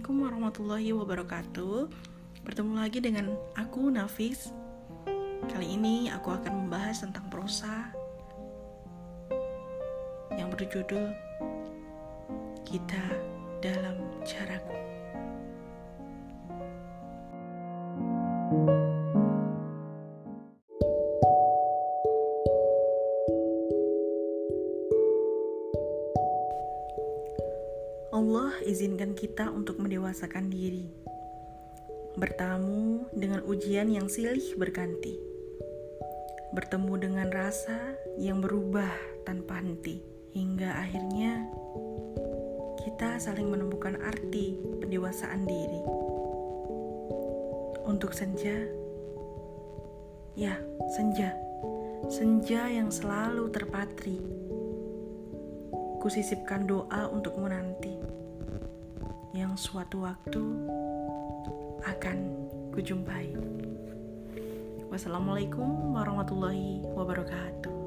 Assalamualaikum warahmatullahi wabarakatuh. Bertemu lagi dengan aku, Nafis. Kali ini aku akan membahas tentang prosa yang berjudul Kita Dalam Jarak. Allah izinkan kita untuk mendewasakan diri, bertamu dengan ujian yang silih berganti, bertemu dengan rasa yang berubah tanpa henti, hingga akhirnya kita saling menemukan arti pendewasaan diri. Untuk senja yang selalu terpatri, kusisipkan doa untuk menanti yang suatu waktu akan kujumpai. Wassalamualaikum warahmatullahi wabarakatuh.